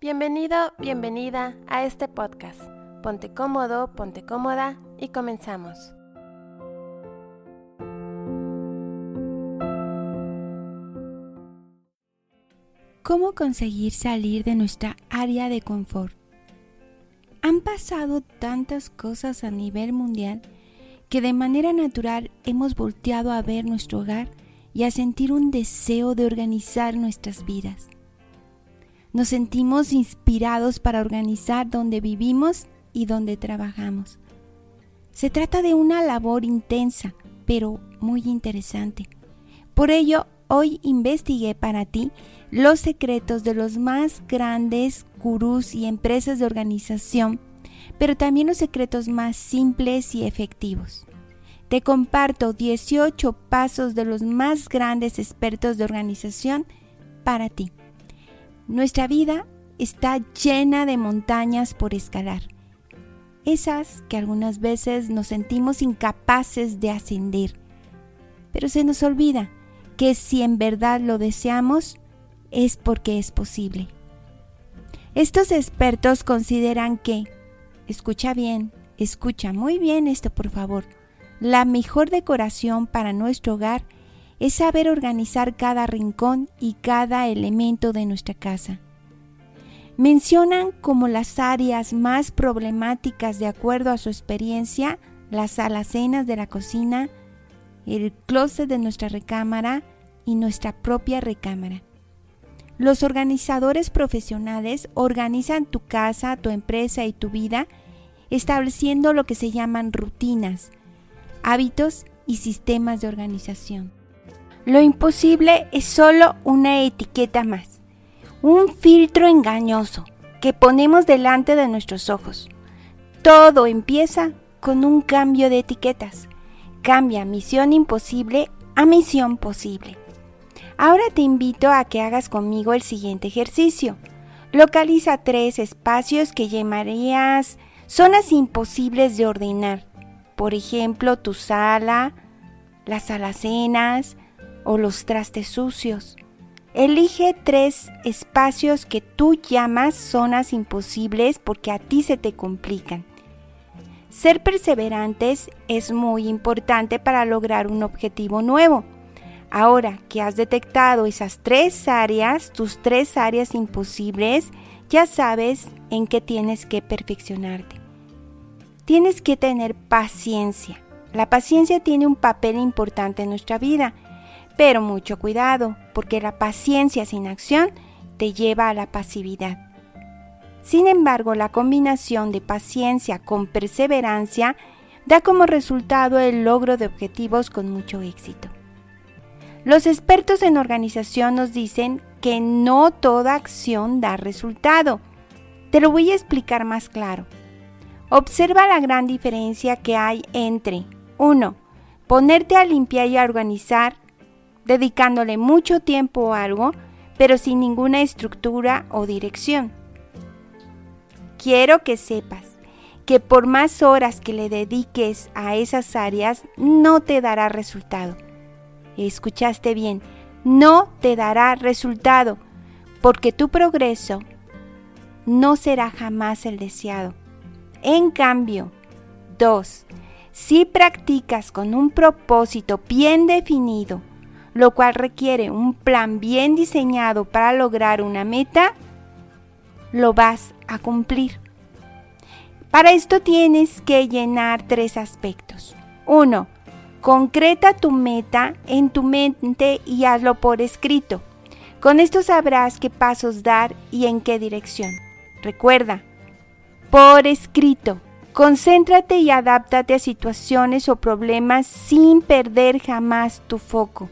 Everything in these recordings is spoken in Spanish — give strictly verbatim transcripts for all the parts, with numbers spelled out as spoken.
Bienvenido, bienvenida a este podcast. Ponte cómodo, ponte cómoda y comenzamos. ¿Cómo conseguir salir de nuestra área de confort? Han pasado tantas cosas a nivel mundial que de manera natural hemos volteado a ver nuestro hogar y a sentir un deseo de organizar nuestras vidas. Nos sentimos inspirados para organizar donde vivimos y donde trabajamos. Se trata de una labor intensa, pero muy interesante. Por ello, hoy investigué para ti los secretos de los más grandes gurús y empresas de organización, pero también los secretos más simples y efectivos. Te comparto dieciocho pasos de los más grandes expertos de organización para ti. Nuestra vida está llena de montañas por escalar, esas que algunas veces nos sentimos incapaces de ascender, pero se nos olvida que si en verdad lo deseamos, es porque es posible. Estos expertos consideran que, escucha bien, escucha muy bien esto por favor, la mejor decoración para nuestro hogar es saber organizar cada rincón y cada elemento de nuestra casa. Mencionan como las áreas más problemáticas de acuerdo a su experiencia, las alacenas de la cocina, el closet de nuestra recámara y nuestra propia recámara. Los organizadores profesionales organizan tu casa, tu empresa y tu vida estableciendo lo que se llaman rutinas, hábitos y sistemas de organización. Lo imposible es solo una etiqueta más, un filtro engañoso que ponemos delante de nuestros ojos. Todo empieza con un cambio de etiquetas. Cambia misión imposible a misión posible. Ahora te invito a que hagas conmigo el siguiente ejercicio. Localiza tres espacios que llamarías zonas imposibles de ordenar. Por ejemplo, tu sala, las alacenas o los trastes sucios. Elige tres espacios que tú llamas zonas imposibles porque a ti se te complican. Ser perseverantes es muy importante para lograr un objetivo nuevo. Ahora que has detectado esas tres áreas, tus tres áreas imposibles, ya sabes en qué tienes que perfeccionarte. Tienes que tener paciencia. La paciencia tiene un papel importante en nuestra vida, pero mucho cuidado, porque la paciencia sin acción te lleva a la pasividad. Sin embargo, la combinación de paciencia con perseverancia da como resultado el logro de objetivos con mucho éxito. Los expertos en organización nos dicen que no toda acción da resultado. Te lo voy a explicar más claro. Observa la gran diferencia que hay entre uno. Ponerte a limpiar y a organizar, dedicándole mucho tiempo a algo, pero sin ninguna estructura o dirección. Quiero que sepas que por más horas que le dediques a esas áreas, no te dará resultado. Escuchaste bien, no te dará resultado, porque tu progreso no será jamás el deseado. En cambio, dos. Si practicas con un propósito bien definido, lo cual requiere un plan bien diseñado para lograr una meta, lo vas a cumplir. Para esto tienes que llenar tres aspectos. Uno, concreta tu meta en tu mente y hazlo por escrito. Con esto sabrás qué pasos dar y en qué dirección. Recuerda, por escrito. Concéntrate y adáptate a situaciones o problemas sin perder jamás tu foco.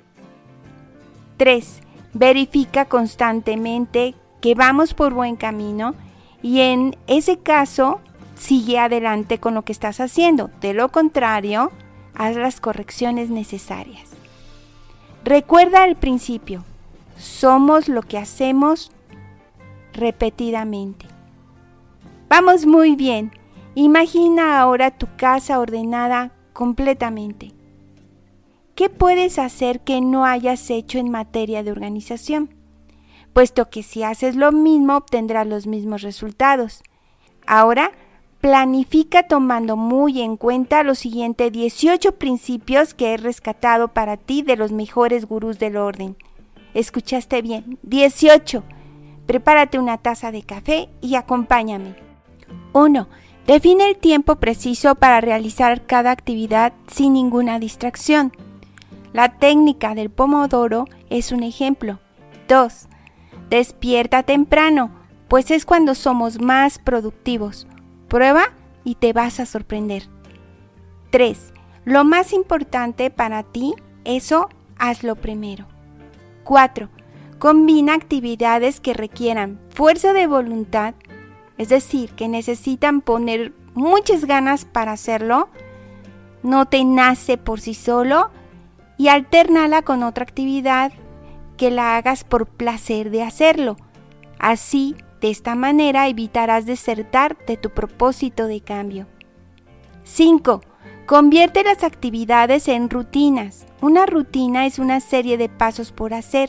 tres. Verifica constantemente que vamos por buen camino y en ese caso sigue adelante con lo que estás haciendo. De lo contrario, haz las correcciones necesarias. Recuerda el principio. Somos lo que hacemos repetidamente. Vamos muy bien. Imagina ahora tu casa ordenada completamente. ¿Qué puedes hacer que no hayas hecho en materia de organización? puesto que si haces lo mismo obtendrás los mismos resultados. Ahora, planifica tomando muy en cuenta los siguientes dieciocho principios que he rescatado para ti de los mejores gurús del orden. ¿Escuchaste bien? dieciocho. Prepárate una taza de café y acompáñame. uno. Define el tiempo preciso para realizar cada actividad sin ninguna distracción. La técnica del pomodoro es un ejemplo. dos. Despierta temprano, pues es cuando somos más productivos. Prueba y te vas a sorprender. tres. Lo más importante para ti, eso hazlo primero. cuatro. Combina actividades que requieran fuerza de voluntad, es decir, que necesitan poner muchas ganas para hacerlo, no te nace por sí solo, y altérnala con otra actividad que la hagas por placer de hacerlo. Así, de esta manera evitarás desertar de tu propósito de cambio. cinco. Convierte las actividades en rutinas. Una rutina es una serie de pasos por hacer.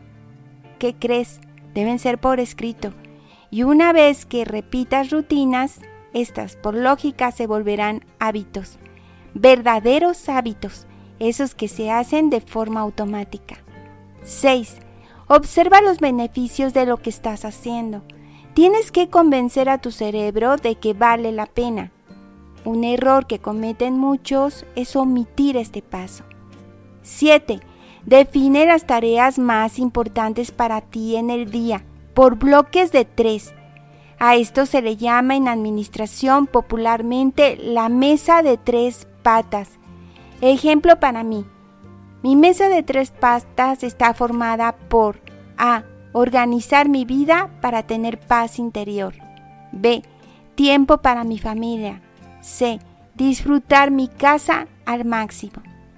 ¿Qué crees? Deben ser por escrito. Y una vez que repitas rutinas, estas por lógica se volverán hábitos. Verdaderos hábitos, esos que se hacen de forma automática. seis. Observa los beneficios de lo que estás haciendo. Tienes que convencer a tu cerebro de que vale la pena. Un error que cometen muchos es omitir este paso. siete. Define las tareas más importantes para ti en el día, por bloques de tres. A esto se le llama en administración popularmente la mesa de tres patas. Ejemplo para mí. Mi mesa de tres patas está formada por A. Organizar mi vida para tener paz interior. B. Tiempo para mi familia. C. Disfrutar mi casa al máximo.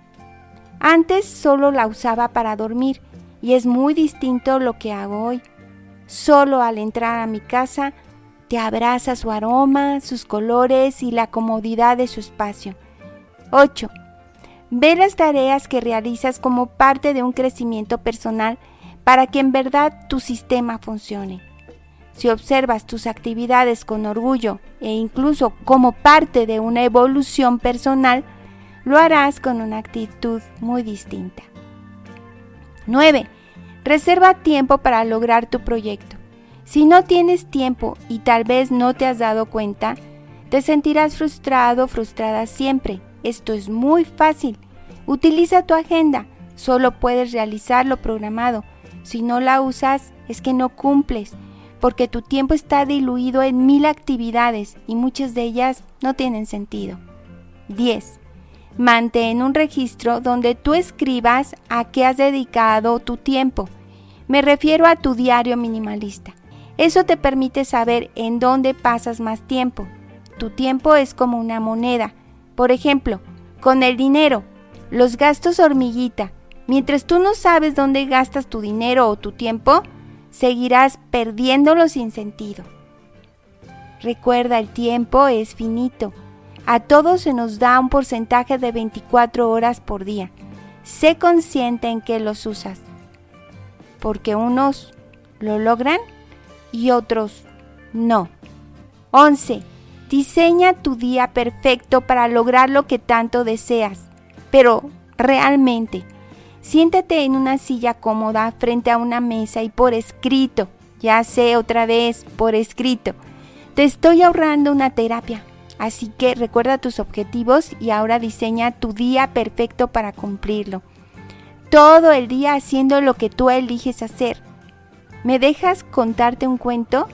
Antes solo la usaba para dormir y es muy distinto lo que hago hoy. Solo al entrar a mi casa te abraza su aroma, sus colores y la comodidad de su espacio. ocho. Ve las tareas que realizas como parte de un crecimiento personal para que en verdad tu sistema funcione. Si observas tus actividades con orgullo e incluso como parte de una evolución personal, lo harás con una actitud muy distinta. nueve. Reserva tiempo para lograr tu proyecto. Si no tienes tiempo y tal vez no te has dado cuenta, te sentirás frustrado o frustrada siempre. Esto es muy fácil. Utiliza tu agenda. Solo puedes realizar lo programado. Si no la usas, es que no cumples, porque tu tiempo está diluido en mil actividades y muchas de ellas no tienen sentido. diez. Mantén un registro donde tú escribas a qué has dedicado tu tiempo. Me refiero a tu diario minimalista. Eso te permite saber en dónde pasas más tiempo. Tu tiempo es como una moneda. Por ejemplo, con el dinero, los gastos hormiguita. Mientras tú no sabes dónde gastas tu dinero o tu tiempo, seguirás perdiéndolo sin sentido. Recuerda, el tiempo es finito. A todos se nos da un porcentaje de veinticuatro horas por día. Sé consciente en qué los usas, porque unos lo logran y otros no. once. Diseña tu día perfecto para lograr lo que tanto deseas, pero realmente, siéntate en una silla cómoda frente a una mesa y por escrito, ya sé otra vez, por escrito. Te estoy ahorrando una terapia. Así que recuerda tus objetivos y ahora diseña tu día perfecto para cumplirlo. Todo el día haciendo lo que tú eliges hacer. ¿Me dejas contarte un cuento?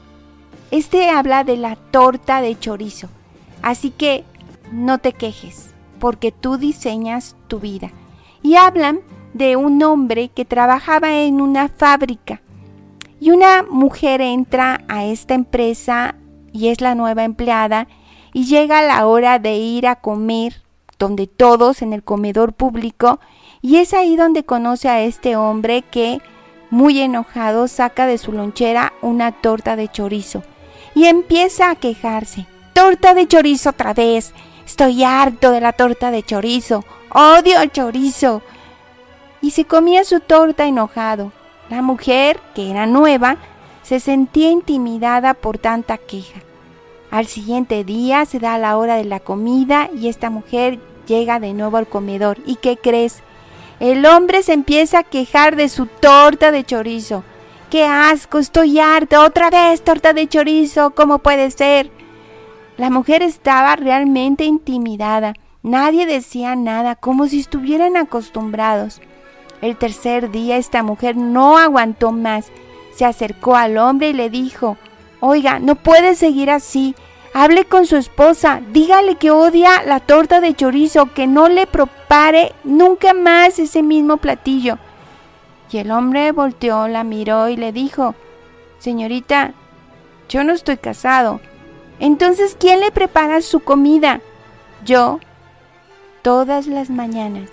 Este habla de la torta de chorizo. Así que no te quejes, porque tú diseñas tu vida. Y hablan de un hombre que trabajaba en una fábrica. Y una mujer entra a esta empresa y es la nueva empleada. Y llega la hora de ir a comer, donde todos en el comedor público, y es ahí donde conoce a este hombre que, muy enojado, saca de su lonchera una torta de chorizo y empieza a quejarse. ¡Torta de chorizo otra vez! ¡Estoy harto de la torta de chorizo! ¡Odio el chorizo! Y se comía su torta enojado. La mujer, que era nueva, se sentía intimidada por tanta queja. Al siguiente día se da la hora de la comida y esta mujer llega de nuevo al comedor. ¿Y qué crees? El hombre se empieza a quejar de su torta de chorizo. ¡Qué asco! Estoy harta. ¡Otra vez torta de chorizo! ¿Cómo puede ser? La mujer estaba realmente intimidada. Nadie decía nada, como si estuvieran acostumbrados. El tercer día esta mujer no aguantó más. Se acercó al hombre y le dijo: «Oiga, no puede seguir así. Hable con su esposa, dígale que odia la torta de chorizo, que no le prepare nunca más ese mismo platillo». Y el hombre volteó, la miró y le dijo: «Señorita, yo no estoy casado. Entonces, ¿quién le prepara su comida?» «Yo, todas las mañanas».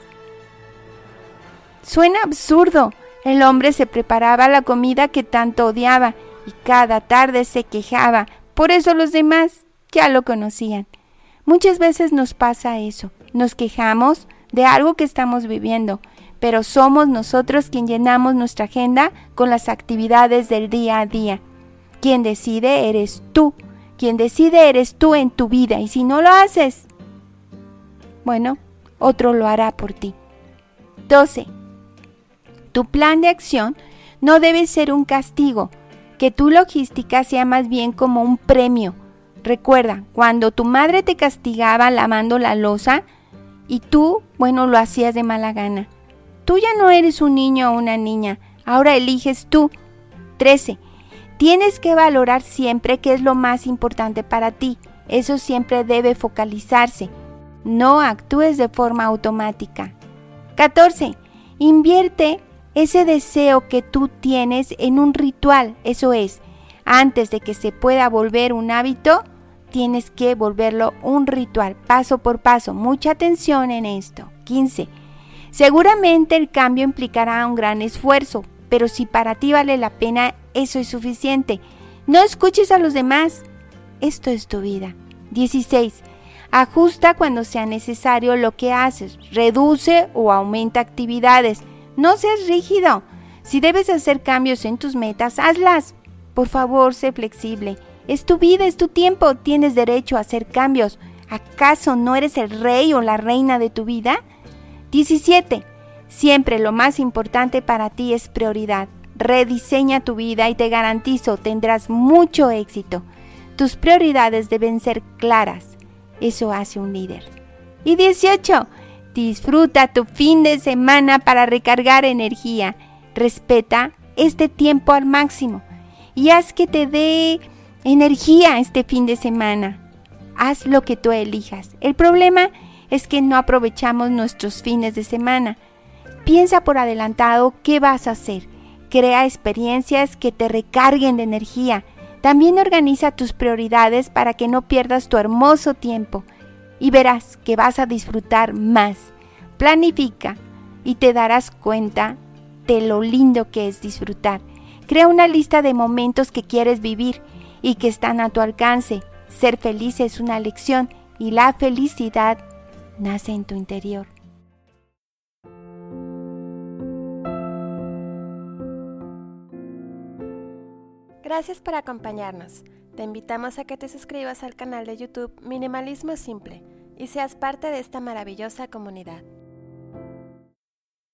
Suena absurdo. El hombre se preparaba la comida que tanto odiaba y cada tarde se quejaba. Por eso los demás ya lo conocían. Muchas veces nos pasa eso. Nos quejamos de algo que estamos viviendo, pero somos nosotros quien llenamos nuestra agenda con las actividades del día a día. Quien decide eres tú. Quien decide eres tú en tu vida. Y si no lo haces, bueno, otro lo hará por ti. doce. Tu plan de acción no debe ser un castigo, que tu logística sea más bien como un premio. Recuerda, cuando tu madre te castigaba lavando la loza y tú, bueno, lo hacías de mala gana. Tú ya no eres un niño o una niña, ahora eliges tú. trece. Tienes que valorar siempre qué es lo más importante para ti. Eso siempre debe focalizarse. No actúes de forma automática. catorce. Invierte ese deseo que tú tienes en un ritual. Eso es, antes de que se pueda volver un hábito, tienes que volverlo un ritual, paso por paso. Mucha atención en esto. quince. Seguramente el cambio implicará un gran esfuerzo, pero si para ti vale la pena, eso es suficiente. No escuches a los demás. Esto es tu vida. dieciséis. Ajusta cuando sea necesario lo que haces. Reduce o aumenta actividades. No seas rígido. Si debes hacer cambios en tus metas, hazlas. Por favor, sé flexible. Es tu vida, es tu tiempo. Tienes derecho a hacer cambios. ¿Acaso no eres el rey o la reina de tu vida? diecisiete. Siempre lo más importante para ti es prioridad. Rediseña tu vida y te garantizo tendrás mucho éxito. Tus prioridades deben ser claras. Eso hace un líder. Y dieciocho. Disfruta tu fin de semana para recargar energía. Respeta este tiempo al máximo y haz que te dé energía este fin de semana. Haz lo que tú elijas. El problema es que no aprovechamos nuestros fines de semana. Piensa por adelantado qué vas a hacer. Crea experiencias que te recarguen de energía. También organiza tus prioridades para que no pierdas tu hermoso tiempo. Y verás que vas a disfrutar más. Planifica y te darás cuenta de lo lindo que es disfrutar. Crea una lista de momentos que quieres vivir y que están a tu alcance. Ser feliz es una lección y la felicidad nace en tu interior. Gracias por acompañarnos. Te invitamos a que te suscribas al canal de YouTube Minimalismo Simple y seas parte de esta maravillosa comunidad.